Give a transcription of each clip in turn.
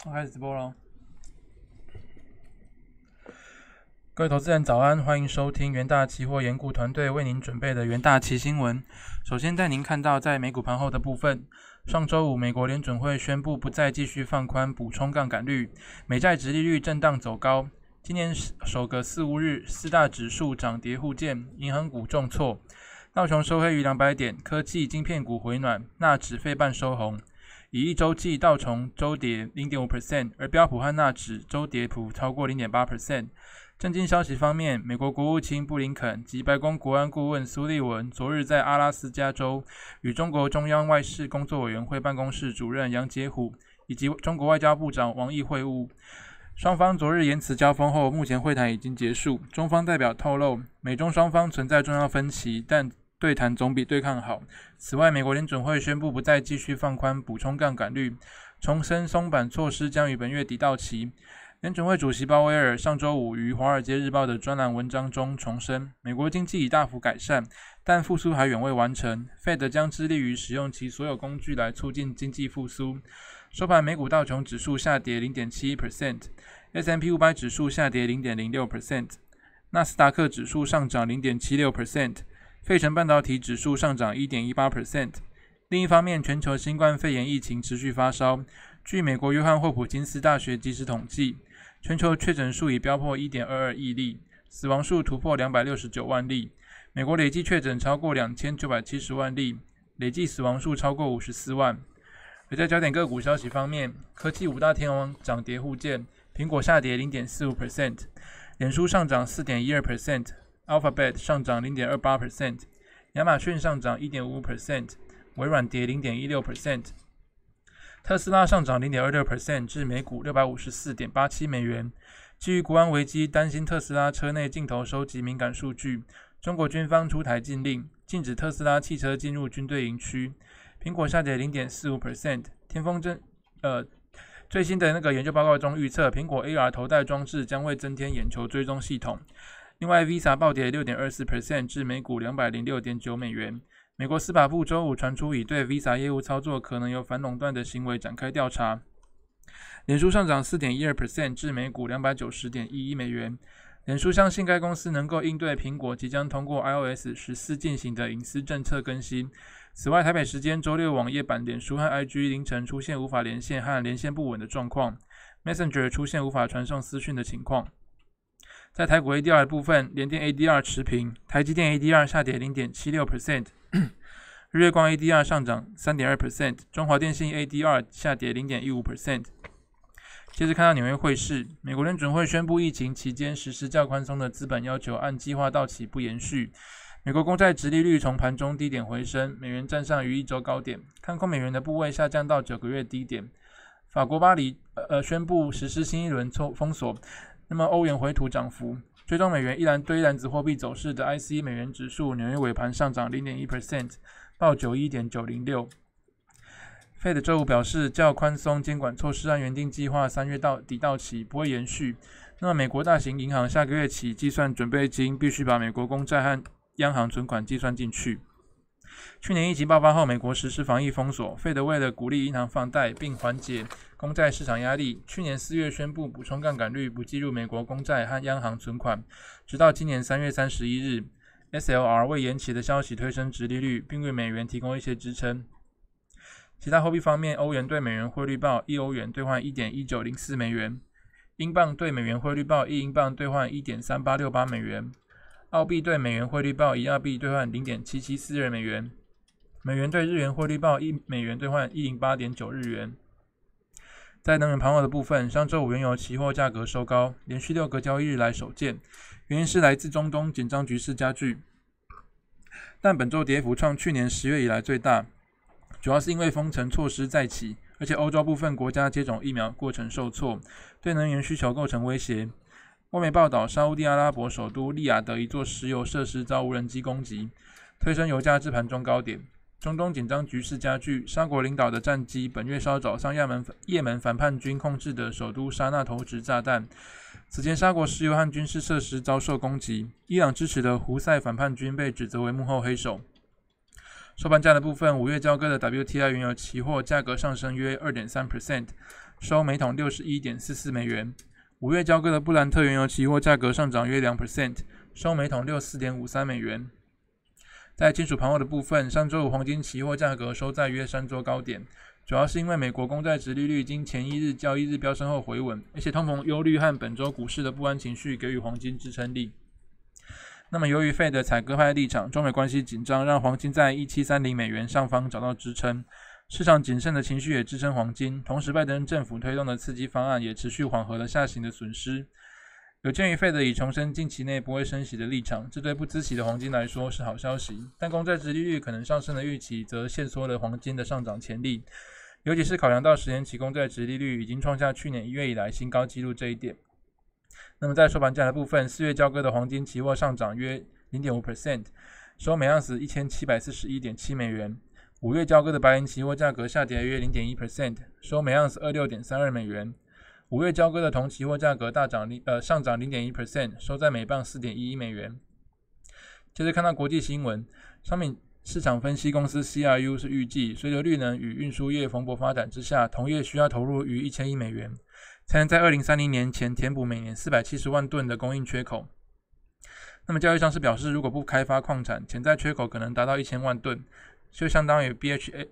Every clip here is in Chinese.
开始直播喽！各位投资人早安，欢迎收听元大期货研股团队为您准备的元大期新闻。首先带您看到在美股盘后的部分，上周五美国联准会宣布不再继续放宽补充杠杆率，美债殖利率震荡走高。今年首个4、5日，四大指数涨跌互见，银行股重挫，道琼收黑于200点，科技晶片股回暖，纳指费半收红。以一周计，道琼周跌 0.5%， 而标普和纳指周跌幅超过 0.8%。政经消息方面，美国国务卿布林肯及白宫国安顾问苏利文昨日在阿拉斯加州与中国中央外事工作委员会办公室主任杨洁虎以及中国外交部长王毅会晤。双方昨日言辞交锋后，目前会谈已经结束。中方代表透露，美中双方存在重要分歧，但对谈总比对抗好。此外，美国联准会宣布不再继续放宽补充杠杆率，重申松绑措施将于本月底到期。联准会主席鲍威尔上周五于《华尔街日报》的专栏文章中重申，美国经济已大幅改善，但复苏还远未完成。Fed 将致力于使用其所有工具来促进经济复苏。收盘，美股道琼指数下跌 0.71%，S&P 500指数下跌 0.06%， 纳斯达克指数上涨 0.76%， 费城半导体指数上涨 1.18%。另一方面，全球新冠肺炎疫情持续发烧。据美国约翰霍普金斯大学即时统计，全球确诊数已飙破 1.22 亿例，死亡数突破269万例。美国累计确诊超过2970万例，累计死亡数超过54万。而在焦点个股消息方面，科技五大天王涨跌互见，苹果下跌 0.45%， 脸书上涨 4.12%， Alphabet 上涨 0.28%， 亚马逊上涨 1.55%， 微软跌 0.16%。特斯拉上涨 0.26% 至每股 654.87 美元。基于国安危机，担心特斯拉车内镜头收集敏感数据，中国军方出台禁令，禁止特斯拉汽车进入军队营区。苹果下跌 0.45%。天风最新的研究报告中预测，苹果 AR 头戴装置将会增添眼球追踪系统。另外 ，Visa 暴跌 6.24% 至每股 206.9 美元。美国司法部周五传出已对 Visa 业务操作可能有反垄断的行为展开调查。脸书上涨 4.12% 至每股 290.11 美元。脸书相信该公司能够应对苹果即将通过 iOS 14进行的隐私政策更新。此外，台北时间周六网页版脸书和 IG 凌晨出现无法连线和连线不稳的状况， Messenger 出现无法传送私讯的情况。在台股 ADR 的部分，联电 ADR 持平，台积电 ADR 下跌 0.76%， 日月光 ADR 上涨 3.2%， 中华电信 ADR 下跌 0.15%。 接着看到纽约汇市，美国联准会宣布疫情期间实施较宽松的资本要求按计划到期不延续。美国公债殖利率从盘中低点回升，美元站上于一周高点，看空美元的部位下降到9个月低点。法国巴黎宣布实施新一轮封锁。那么欧元回吐涨幅，追踪美元对一篮子货币走势的 ICE 美元指数，纽约尾盘上涨 0.1%， 报 91.906。Fed 周五表示，较宽松监管措施按原定计划3月底到期，不会延续。那么美国大型银行下个月起计算准备金，必须把美国公债和央行存款计算进去。去年疫情爆发后，美国实施防疫封锁， Fed 为了鼓励银行放贷并缓解公债市场压力，去年4月宣布补充杠杆率不计入美国公债和央行存款，直到今年3月31日 ，SLR 为延期的消息推升殖利率，并为美元提供一些支撑。其他货币方面，欧元对美元汇率报1欧元兑换 1.1904 美元，英镑对美元汇率报1英镑兑换 1.3868 美元，澳币对美元汇率报1澳币兑换 0.7742 美元，美元对日元汇率报1美元兑换 108.9 日元。在能源盘后的部分，上周五原油期货价格收高，连续6个交易日来首见，原因是来自中东紧张局势加剧，但本周跌幅创去年10月以来最大，主要是因为封城措施再起，而且欧洲部分国家接种疫苗过程受挫，对能源需求构成威胁。外媒报道，沙烏地阿拉伯首都利雅得一座石油设施遭无人机攻击，推升油价至盘中高点。中东紧张局势加剧，沙国领导的战机本月稍早向也门反叛军控制的首都沙那投掷炸弹。此前，沙国石油和军事设施遭受攻击，伊朗支持的胡塞反叛军被指责为幕后黑手。 收盘价的部分，5月交割的 WTI 原油期货价格上升约 2.3%， 收每桶 61.44 美元。5月交割的布兰特原油期货价格上涨约 2%， 收每桶 64.53 美元。在金属盘后的部分，上周五黄金期货价格收在约3周高点，主要是因为美国公债殖利率经前一日交易日飙升后回稳，而且通膨忧虑和本周股市的不安情绪给予黄金支撑力。那么由于Fed的采鸽派立场，中美关系紧张，让黄金在1730美元上方找到支撑，市场谨慎的情绪也支撑黄金，同时拜登政府推动的刺激方案也持续缓和了下行的损失。有鉴于Fed已重申近期内不会升息的立场，这对不孳息的黄金来说是好消息，但公债殖利率可能上升的预期则限缩了黄金的上涨潜力，尤其是考量到10年期公债殖利率已经创下去年1月以来新高纪录这一点。那么在收盘价的部分，4月交割的黄金期货上涨约 0.5%， 收每盎司 1741.7 美元。5月交割的白银期货价格下跌约 0.1%， 收每盎司 26.32 美元。5月交割的铜期货价格上涨 0.1%， 收在每磅 4.11 美元。接着看到国际新闻，商品市场分析公司 CRU 是预计，随着绿能与运输业蓬勃发展之下，铜业需要投入逾1000亿美元，才能在2030年前填补每年470万吨的供应缺口。那么交易上是表示，如果不开发矿产，潜在缺口可能达到1000万吨，就相当于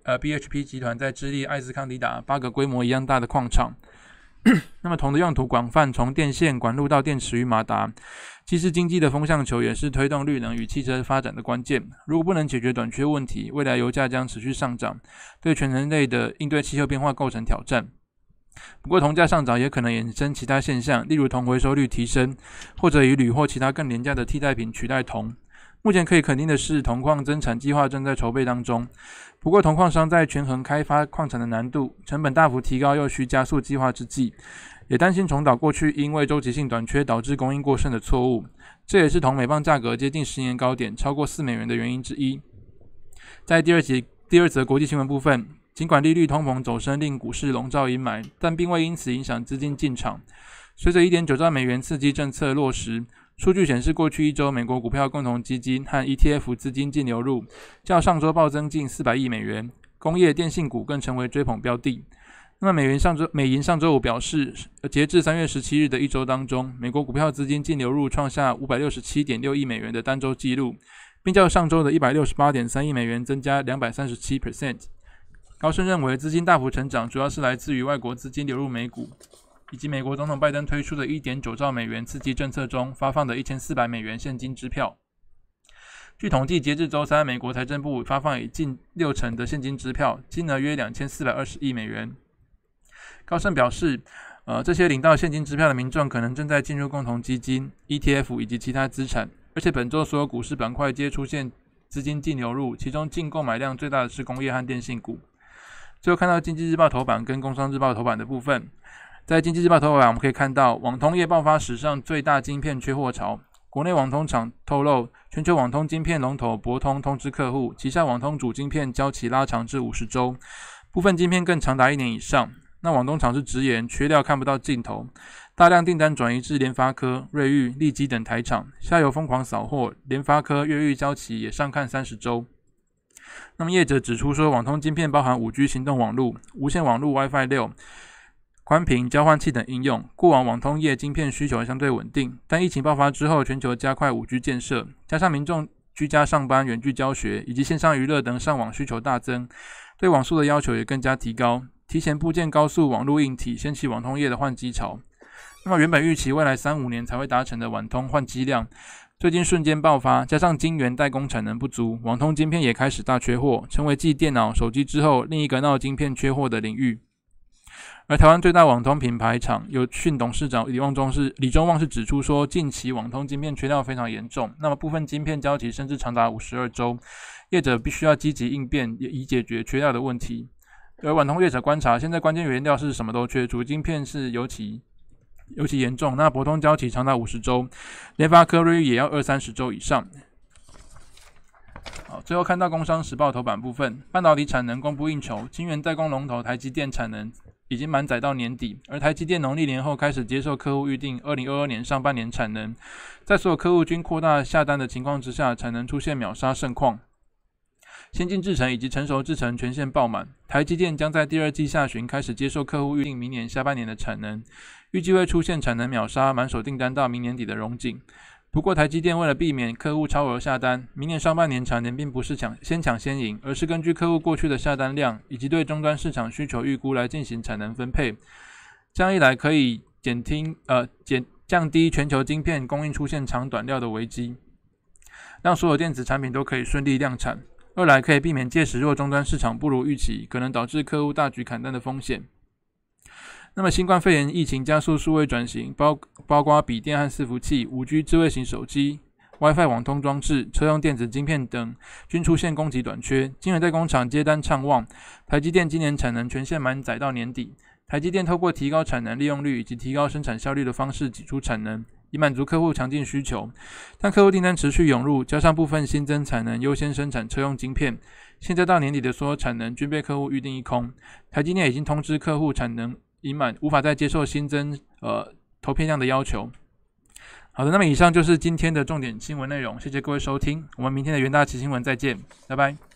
BHP 集团在智利艾斯康迪达8个规模一样大的矿场。那么铜的用途广泛，从电线、管路到电池与马达，既是经济的风向球，也是推动绿能与汽车发展的关键。如果不能解决短缺问题，未来油价将持续上涨，对全人类的应对气候变化构成挑战。不过铜价上涨也可能衍生其他现象，例如铜回收率提升，或者以铝或其他更廉价的替代品取代铜。目前可以肯定的是，铜矿增产计划正在筹备当中。不过铜矿商在权衡开发矿产的难度、成本大幅提高又需加速计划之际，也担心重蹈过去因为周期性短缺导致供应过剩的错误，这也是铜每磅价格接近10年高点超过4美元的原因之一。在第二则国际新闻部分，尽管利率通膨走升令股市笼罩阴霾，但并未因此影响资金进场。随着 1.9 兆美元刺激政策落实，数据显示，过去一周美国股票共同基金和 ETF 资金净流入较上周暴增近400亿美元，工业电信股更成为追捧标的。那么美银上周五表示，截至3月17日的一周当中，美国股票资金净流入创下 567.6 亿美元的单周纪录，并较上周的 168.3 亿美元增加 237%。高盛认为，资金大幅成长主要是来自于外国资金流入美股，以及美国总统拜登推出的 1.9 兆美元刺激政策中发放的1400美元现金支票。据统计，截至周三，美国财政部发放已近60%的现金支票，金额约2420亿美元。高盛表示，这些领到现金支票的民众可能正在进入共同基金、ETF 以及其他资产，而且本周所有股市板块皆出现资金净流入，其中净购买量最大的是工业和电信股。最后看到经济日报头版跟工商日报头版的部分，在经济日报头版我们可以看到，网通业爆发史上最大晶片缺货潮。国内网通厂透露，全球网通晶片龙头博通通知客户，旗下网通主晶片交期拉长至50周，部分晶片更长达1年以上。那网通厂是直言缺料看不到尽头，大量订单转移至联发科、瑞昱、力积等台厂，下游疯狂扫货，联发科、瑞昱交期也上看30周。那么业者指出说，网通晶片包含 5G 行动网络、无线网络 WiFi 6、宽频交换器等应用。过往网通业晶片需求相对稳定，但疫情爆发之后，全球加快 5G 建设，加上民众居家上班、远距教学以及线上娱乐等上网需求大增，对网速的要求也更加提高，提前布建高速网络硬体，掀起网通业的换机潮。那么原本预期未来3-5年才会达成的网通换机量，最近瞬间爆发，加上晶圆代工产能不足，网通晶片也开始大缺货，成为继电脑、手机之后另一个闹晶片缺货的领域。而台湾最大网通品牌厂有讯董事长李忠旺是指出说，近期网通晶片缺料非常严重，那么部分晶片交期甚至长达52周，业者必须要积极应变，以解决缺料的问题。而网通业者观察，现在关键原料是什么都缺，主晶片是尤其严重，那博通交期长达50周，联发科、瑞昱也要20-30周以上。好，最后看到工商时报头版部分，半导体产能供不应求，晶圆代工龙头台积电产能已经满载到年底，而台积电农历年后开始接受客户预定2022年上半年产能，在所有客户均扩大下单的情况之下，产能出现秒杀盛况。 先进制程以及成熟制程全线爆满，台积电将在第二季下旬开始接受客户预定明年下半年的产能，预计会出现产能秒杀，满手订单到明年底的荣景。不过，台积电为了避免客户超额下单，明年上半年产能并不是先抢先赢，而是根据客户过去的下单量以及对终端市场需求预估来进行产能分配。这样一来，可以降低全球晶片供应出现长短料的危机，让所有电子产品都可以顺利量产。二来可以避免届时若终端市场不如预期，可能导致客户大举砍单的风险。那么，新冠肺炎疫情加速数位转型，包括笔电和伺服器、5G 智慧型手机、WiFi 网通装置、车用电子晶片等，均出现供给短缺。晶圆代工厂接单畅旺，台积电今年产能全线满载到年底。台积电透过提高产能利用率以及提高生产效率的方式挤出产能，以满足客户强劲需求。但客户订单持续涌入，加上部分新增产能优先生产车用晶片，现在到年底的所有产能均被客户预定一空。台积电已经通知客户产能已满，无法再接受新增投片量的要求。好的，那么以上就是今天的重点新闻内容，谢谢各位收听，我们明天的元大奇新闻再见，拜拜。